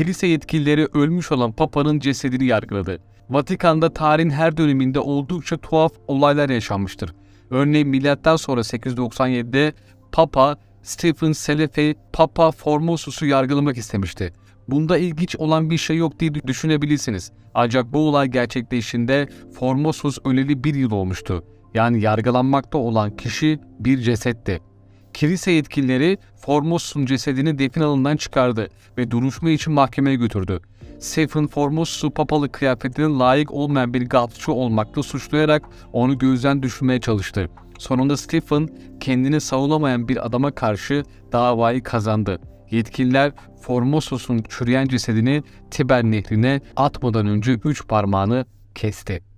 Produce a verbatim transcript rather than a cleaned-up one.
Kilise yetkilileri ölmüş olan Papa'nın cesedini yargıladı. Vatikan'da tarihin her döneminde oldukça tuhaf olaylar yaşanmıştır. Örneğin milattan sonra sekiz yüz doksan yedide Papa Stephen Selefey Papa Formosus'u yargılamak istemişti. Bunda ilginç olan bir şey yok diye düşünebilirsiniz. Ancak bu olay gerçekleştiğinde Formosus öleli bir yıl olmuştu. Yani yargılanmakta olan kişi bir cesetti. Kilise yetkilileri Formosus'un cesedini defin alanından çıkardı ve duruşma için mahkemeye götürdü. Stephen Formosus'u papalık kıyafetine layık olmayan bir gaspçı olmakla suçlayarak onu gözden düşürmeye çalıştı. Sonunda Stephen kendini savunamayan bir adama karşı davayı kazandı. Yetkililer Formosus'un çürüyen cesedini Tiber nehrine atmadan önce üç parmağını kesti.